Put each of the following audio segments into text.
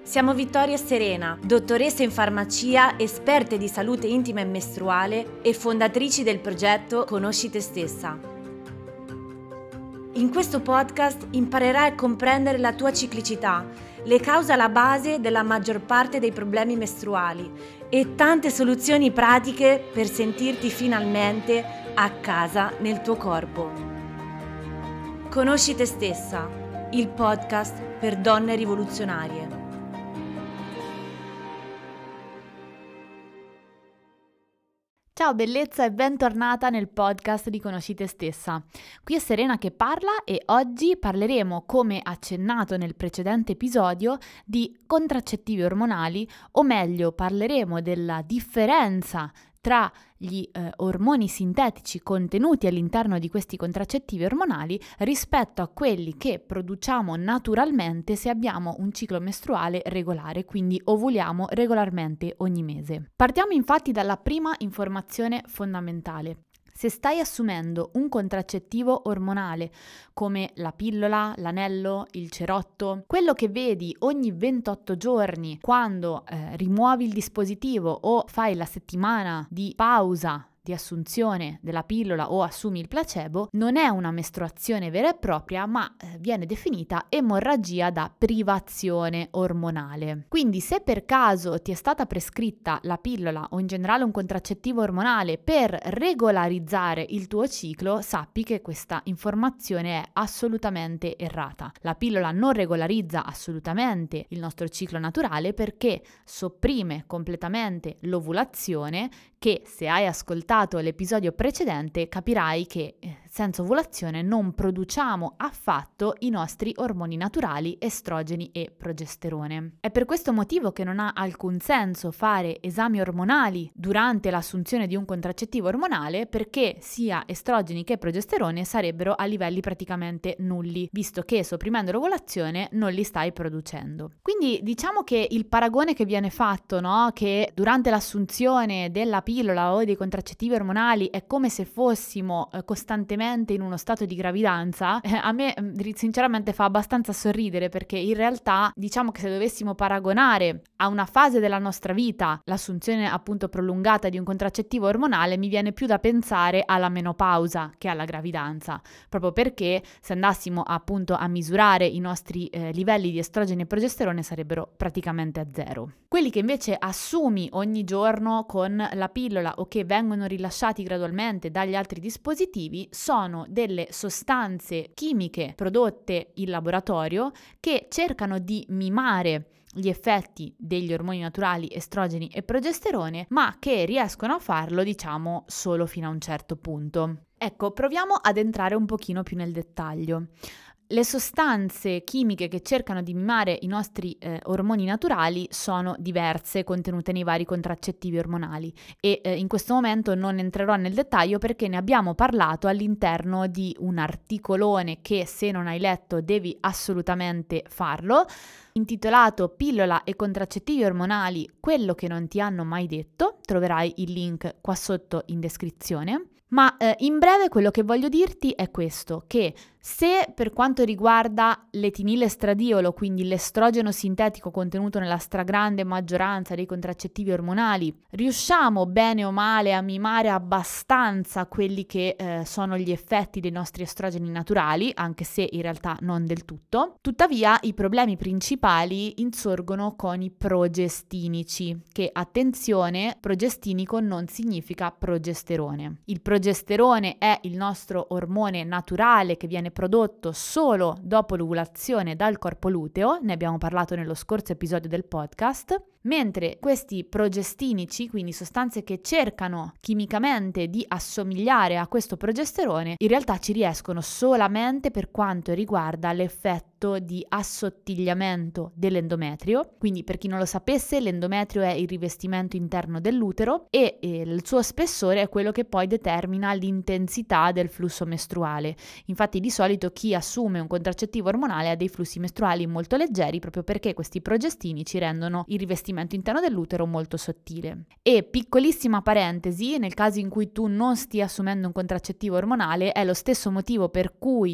Siamo Vittoria e Serena, dottoresse in farmacia, esperte di salute intima e mestruale e fondatrici del progetto Conosci te stessa. In questo podcast imparerai a comprendere la tua ciclicità, le cause alla base della maggior parte dei problemi mestruali e tante soluzioni pratiche per sentirti finalmente a casa nel tuo corpo. Conosci te stessa, il podcast per donne rivoluzionarie. Ciao bellezza e bentornata nel podcast di Conosci te stessa. Qui è Serena che parla e oggi parleremo, come accennato nel precedente episodio, di contraccettivi ormonali, o meglio parleremo della differenza tra gli ormoni sintetici contenuti all'interno di questi contraccettivi ormonali rispetto a quelli che produciamo naturalmente se abbiamo un ciclo mestruale regolare, quindi ovuliamo regolarmente ogni mese. Partiamo infatti dalla prima informazione fondamentale. Se stai assumendo un contraccettivo ormonale come la pillola, l'anello, il cerotto, quello che vedi ogni 28 giorni quando rimuovi il dispositivo o fai la settimana di pausa di assunzione della pillola o assumi il placebo, non è una mestruazione vera e propria, ma viene definita emorragia da privazione ormonale. Quindi se per caso ti è stata prescritta la pillola o in generale un contraccettivo ormonale per regolarizzare il tuo ciclo, sappi che questa informazione è assolutamente errata. La pillola non regolarizza assolutamente il nostro ciclo naturale perché sopprime completamente l'ovulazione, che se hai ascoltato l'episodio precedente capirai che senza ovulazione non produciamo affatto i nostri ormoni naturali, estrogeni e progesterone. È per questo motivo che non ha alcun senso fare esami ormonali durante l'assunzione di un contraccettivo ormonale, perché sia estrogeni che progesterone sarebbero a livelli praticamente nulli, visto che sopprimendo l'ovulazione non li stai producendo. Quindi diciamo che il paragone che viene fatto, no? Che durante l'assunzione della pillola o dei contraccettivi ormonali è come se fossimo costantemente in uno stato di gravidanza, a me sinceramente fa abbastanza sorridere, perché in realtà diciamo che se dovessimo paragonare a una fase della nostra vita l'assunzione appunto prolungata di un contraccettivo ormonale, mi viene più da pensare alla menopausa che alla gravidanza, proprio perché se andassimo appunto a misurare i nostri livelli di estrogeni e progesterone sarebbero praticamente a zero. Quelli che invece assumi ogni giorno con la pillola o che vengono rilasciati gradualmente dagli altri dispositivi sono delle sostanze chimiche prodotte in laboratorio che cercano di mimare gli effetti degli ormoni naturali estrogeni e progesterone, ma che riescono a farlo, diciamo, solo fino a un certo punto. Ecco, proviamo ad entrare un pochino più nel dettaglio. Le sostanze chimiche che cercano di mimare i nostri ormoni naturali sono diverse, contenute nei vari contraccettivi ormonali, e in questo momento non entrerò nel dettaglio perché ne abbiamo parlato all'interno di un articolone che, se non hai letto, devi assolutamente farlo, intitolato Pillola e contraccettivi ormonali, quello che non ti hanno mai detto. Troverai il link qua sotto in descrizione. Ma in breve quello che voglio dirti è questo, che se per quanto riguarda l'etinilestradiolo, quindi l'estrogeno sintetico contenuto nella stragrande maggioranza dei contraccettivi ormonali, riusciamo bene o male a mimare abbastanza quelli che sono gli effetti dei nostri estrogeni naturali, anche se in realtà non del tutto, tuttavia i problemi principali insorgono con i progestinici, che, attenzione, progestinico non significa progesterone. Il progesterone è il nostro ormone naturale che viene prodotto solo dopo l'ovulazione dal corpo luteo, ne abbiamo parlato nello scorso episodio del podcast, mentre questi progestinici, quindi sostanze che cercano chimicamente di assomigliare a questo progesterone, in realtà ci riescono solamente per quanto riguarda l'effetto di assottigliamento dell'endometrio. Quindi, per chi non lo sapesse, l'endometrio è il rivestimento interno dell'utero e il suo spessore è quello che poi determina l'intensità del flusso mestruale. Infatti di solito chi assume un contraccettivo ormonale ha dei flussi mestruali molto leggeri, proprio perché questi progestinici rendono il rivestimento interno dell'utero molto sottile. E piccolissima parentesi, nel caso in cui tu non stia assumendo un contraccettivo ormonale, è lo stesso motivo per cui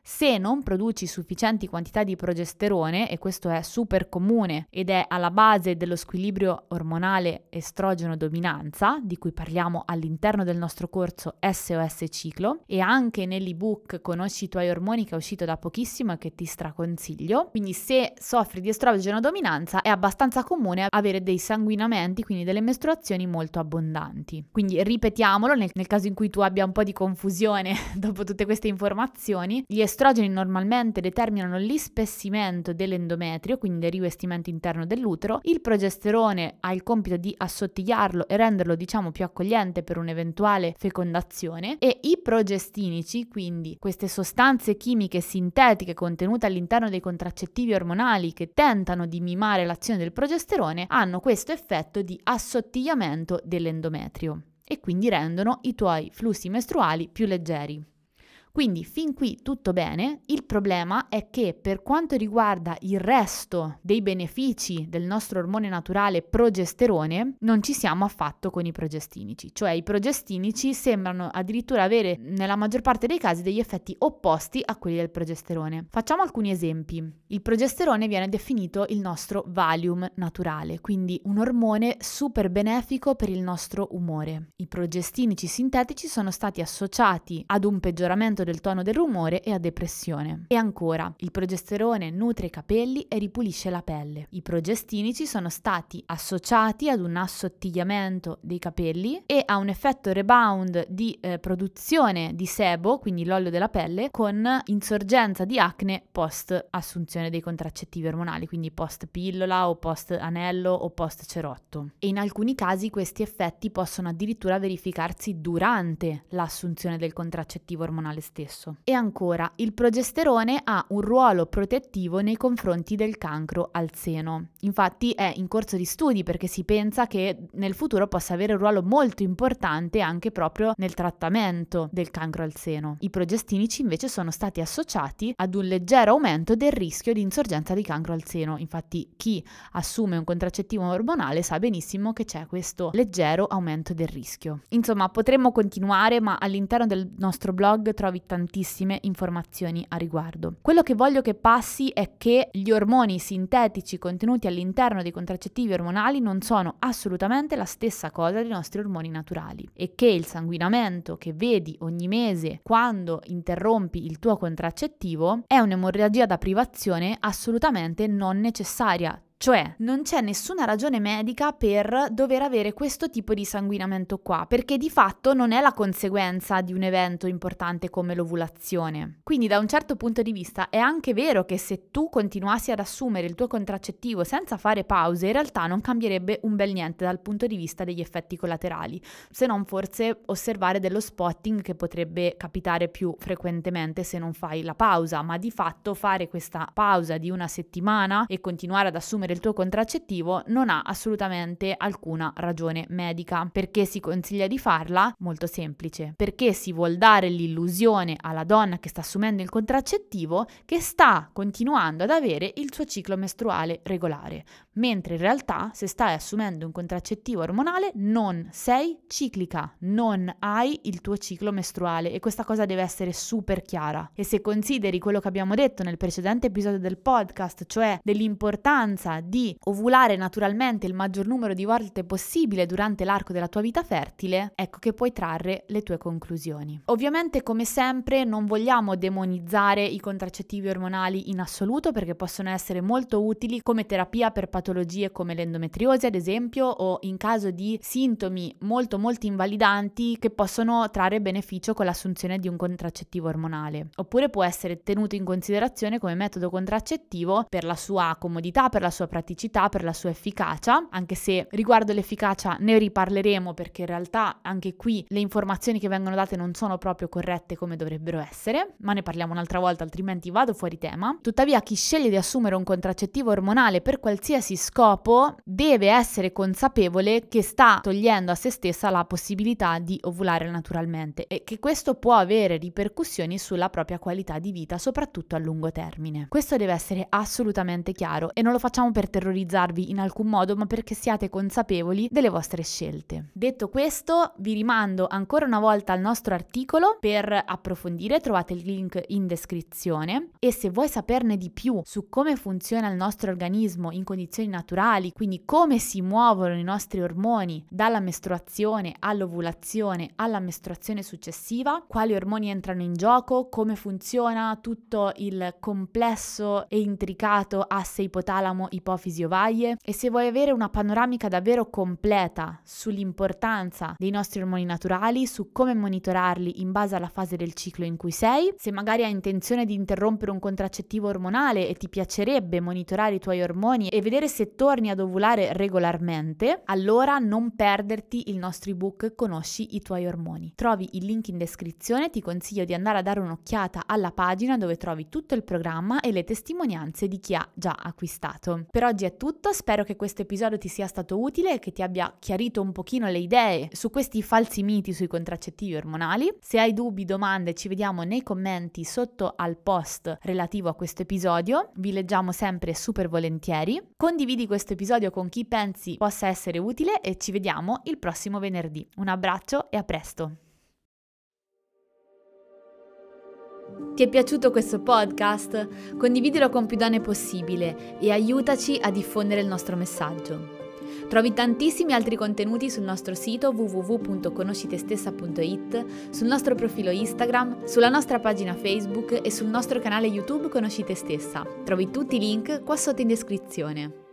Se non produci sufficienti quantità di progesterone, e questo è super comune ed è alla base dello squilibrio ormonale estrogeno-dominanza, di cui parliamo all'interno del nostro corso SOS Ciclo e anche nell'ebook Conosci i tuoi ormoni, che è uscito da pochissimo e che ti straconsiglio. Quindi se soffri di estrogeno-dominanza è abbastanza comune avere dei sanguinamenti, quindi delle mestruazioni molto abbondanti. Quindi ripetiamolo nel caso in cui tu abbia un po' di confusione dopo tutte queste informazioni. Gli estrogeni normalmente determinano l'ispessimento dell'endometrio, quindi il rivestimento interno dell'utero. Il progesterone ha il compito di assottigliarlo e renderlo, diciamo, più accogliente per un'eventuale fecondazione, e i progestinici, quindi queste sostanze chimiche sintetiche contenute all'interno dei contraccettivi ormonali che tentano di mimare l'azione del progesterone, hanno questo effetto di assottigliamento dell'endometrio e quindi rendono i tuoi flussi mestruali più leggeri. Quindi fin qui tutto bene. Il problema è che per quanto riguarda il resto dei benefici del nostro ormone naturale progesterone, non ci siamo affatto con i progestinici. Cioè i progestinici sembrano addirittura avere nella maggior parte dei casi degli effetti opposti a quelli del progesterone. Facciamo alcuni esempi. Il progesterone viene definito il nostro Valium naturale, quindi un ormone super benefico per il nostro umore. I progestinici sintetici sono stati associati ad un peggioramento del tono dell'umore e a depressione. E ancora, il progesterone nutre i capelli e ripulisce la pelle. I progestinici sono stati associati ad un assottigliamento dei capelli e a un effetto rebound di produzione di sebo, quindi l'olio della pelle, con insorgenza di acne post assunzione dei contraccettivi ormonali, quindi post pillola o post anello o post cerotto. E in alcuni casi questi effetti possono addirittura verificarsi durante l'assunzione del contraccettivo ormonale stesso. E ancora, il progesterone ha un ruolo protettivo nei confronti del cancro al seno. Infatti è in corso di studi perché si pensa che nel futuro possa avere un ruolo molto importante anche proprio nel trattamento del cancro al seno. I progestinici invece sono stati associati ad un leggero aumento del rischio di insorgenza di cancro al seno. Infatti chi assume un contraccettivo ormonale sa benissimo che c'è questo leggero aumento del rischio. Insomma, potremmo continuare, ma all'interno del nostro blog trovi tantissime informazioni a riguardo. Quello che voglio che passi è che gli ormoni sintetici contenuti all'interno dei contraccettivi ormonali non sono assolutamente la stessa cosa dei nostri ormoni naturali e che il sanguinamento che vedi ogni mese quando interrompi il tuo contraccettivo è un'emorragia da privazione assolutamente non necessaria. Cioè, non c'è nessuna ragione medica per dover avere questo tipo di sanguinamento qua, perché di fatto non è la conseguenza di un evento importante come l'ovulazione. Quindi da un certo punto di vista è anche vero che se tu continuassi ad assumere il tuo contraccettivo senza fare pause, in realtà non cambierebbe un bel niente dal punto di vista degli effetti collaterali, se non forse osservare dello spotting che potrebbe capitare più frequentemente se non fai la pausa, ma di fatto fare questa pausa di una settimana e continuare ad assumere il tuo contraccettivo non ha assolutamente alcuna ragione medica. Perché si consiglia di farla? Molto semplice, perché si vuol dare l'illusione alla donna che sta assumendo il contraccettivo che sta continuando ad avere il suo ciclo mestruale regolare, mentre in realtà se stai assumendo un contraccettivo ormonale non sei ciclica, non hai il tuo ciclo mestruale e questa cosa deve essere super chiara. E se consideri quello che abbiamo detto nel precedente episodio del podcast, cioè dell'importanza di ovulare naturalmente il maggior numero di volte possibile durante l'arco della tua vita fertile, ecco che puoi trarre le tue conclusioni. Ovviamente, come sempre, non vogliamo demonizzare i contraccettivi ormonali in assoluto perché possono essere molto utili come terapia per patologie come l'endometriosi, ad esempio, o in caso di sintomi molto invalidanti che possono trarre beneficio con l'assunzione di un contraccettivo ormonale. Oppure può essere tenuto in considerazione come metodo contraccettivo per la sua comodità, per la sua praticità, per la sua efficacia, anche se riguardo l'efficacia ne riparleremo perché in realtà anche qui le informazioni che vengono date non sono proprio corrette come dovrebbero essere, ma ne parliamo un'altra volta altrimenti vado fuori tema. Tuttavia chi sceglie di assumere un contraccettivo ormonale per qualsiasi scopo deve essere consapevole che sta togliendo a se stessa la possibilità di ovulare naturalmente e che questo può avere ripercussioni sulla propria qualità di vita, soprattutto a lungo termine. Questo deve essere assolutamente chiaro e non lo facciamo per terrorizzarvi in alcun modo, ma perché siate consapevoli delle vostre scelte. Detto questo, vi rimando ancora una volta al nostro articolo per approfondire, trovate il link in descrizione, e se vuoi saperne di più su come funziona il nostro organismo in condizioni naturali, quindi come si muovono i nostri ormoni dalla mestruazione all'ovulazione alla mestruazione successiva, quali ormoni entrano in gioco, come funziona tutto il complesso e intricato asse ipotalamo, ipofisi, ovaie, e se vuoi avere una panoramica davvero completa sull'importanza dei nostri ormoni naturali, su come monitorarli in base alla fase del ciclo in cui sei, se magari hai intenzione di interrompere un contraccettivo ormonale e ti piacerebbe monitorare i tuoi ormoni e vedere se torni ad ovulare regolarmente, allora non perderti il nostro ebook Conosci i tuoi ormoni. Trovi il link in descrizione, ti consiglio di andare a dare un'occhiata alla pagina dove trovi tutto il programma e le testimonianze di chi ha già acquistato. Per oggi è tutto, spero che questo episodio ti sia stato utile e che ti abbia chiarito un pochino le idee su questi falsi miti sui contraccettivi ormonali. Se hai dubbi, domande, ci vediamo nei commenti sotto al post relativo a questo episodio, vi leggiamo sempre super volentieri. Condividi questo episodio con chi pensi possa essere utile e ci vediamo il prossimo venerdì. Un abbraccio e a presto! Ti è piaciuto questo podcast? Condividilo con più donne possibile e aiutaci a diffondere il nostro messaggio. Trovi tantissimi altri contenuti sul nostro sito www.conoscitestessa.it, sul nostro profilo Instagram, sulla nostra pagina Facebook e sul nostro canale YouTube Conosci Te Stessa. Trovi tutti i link qua sotto in descrizione.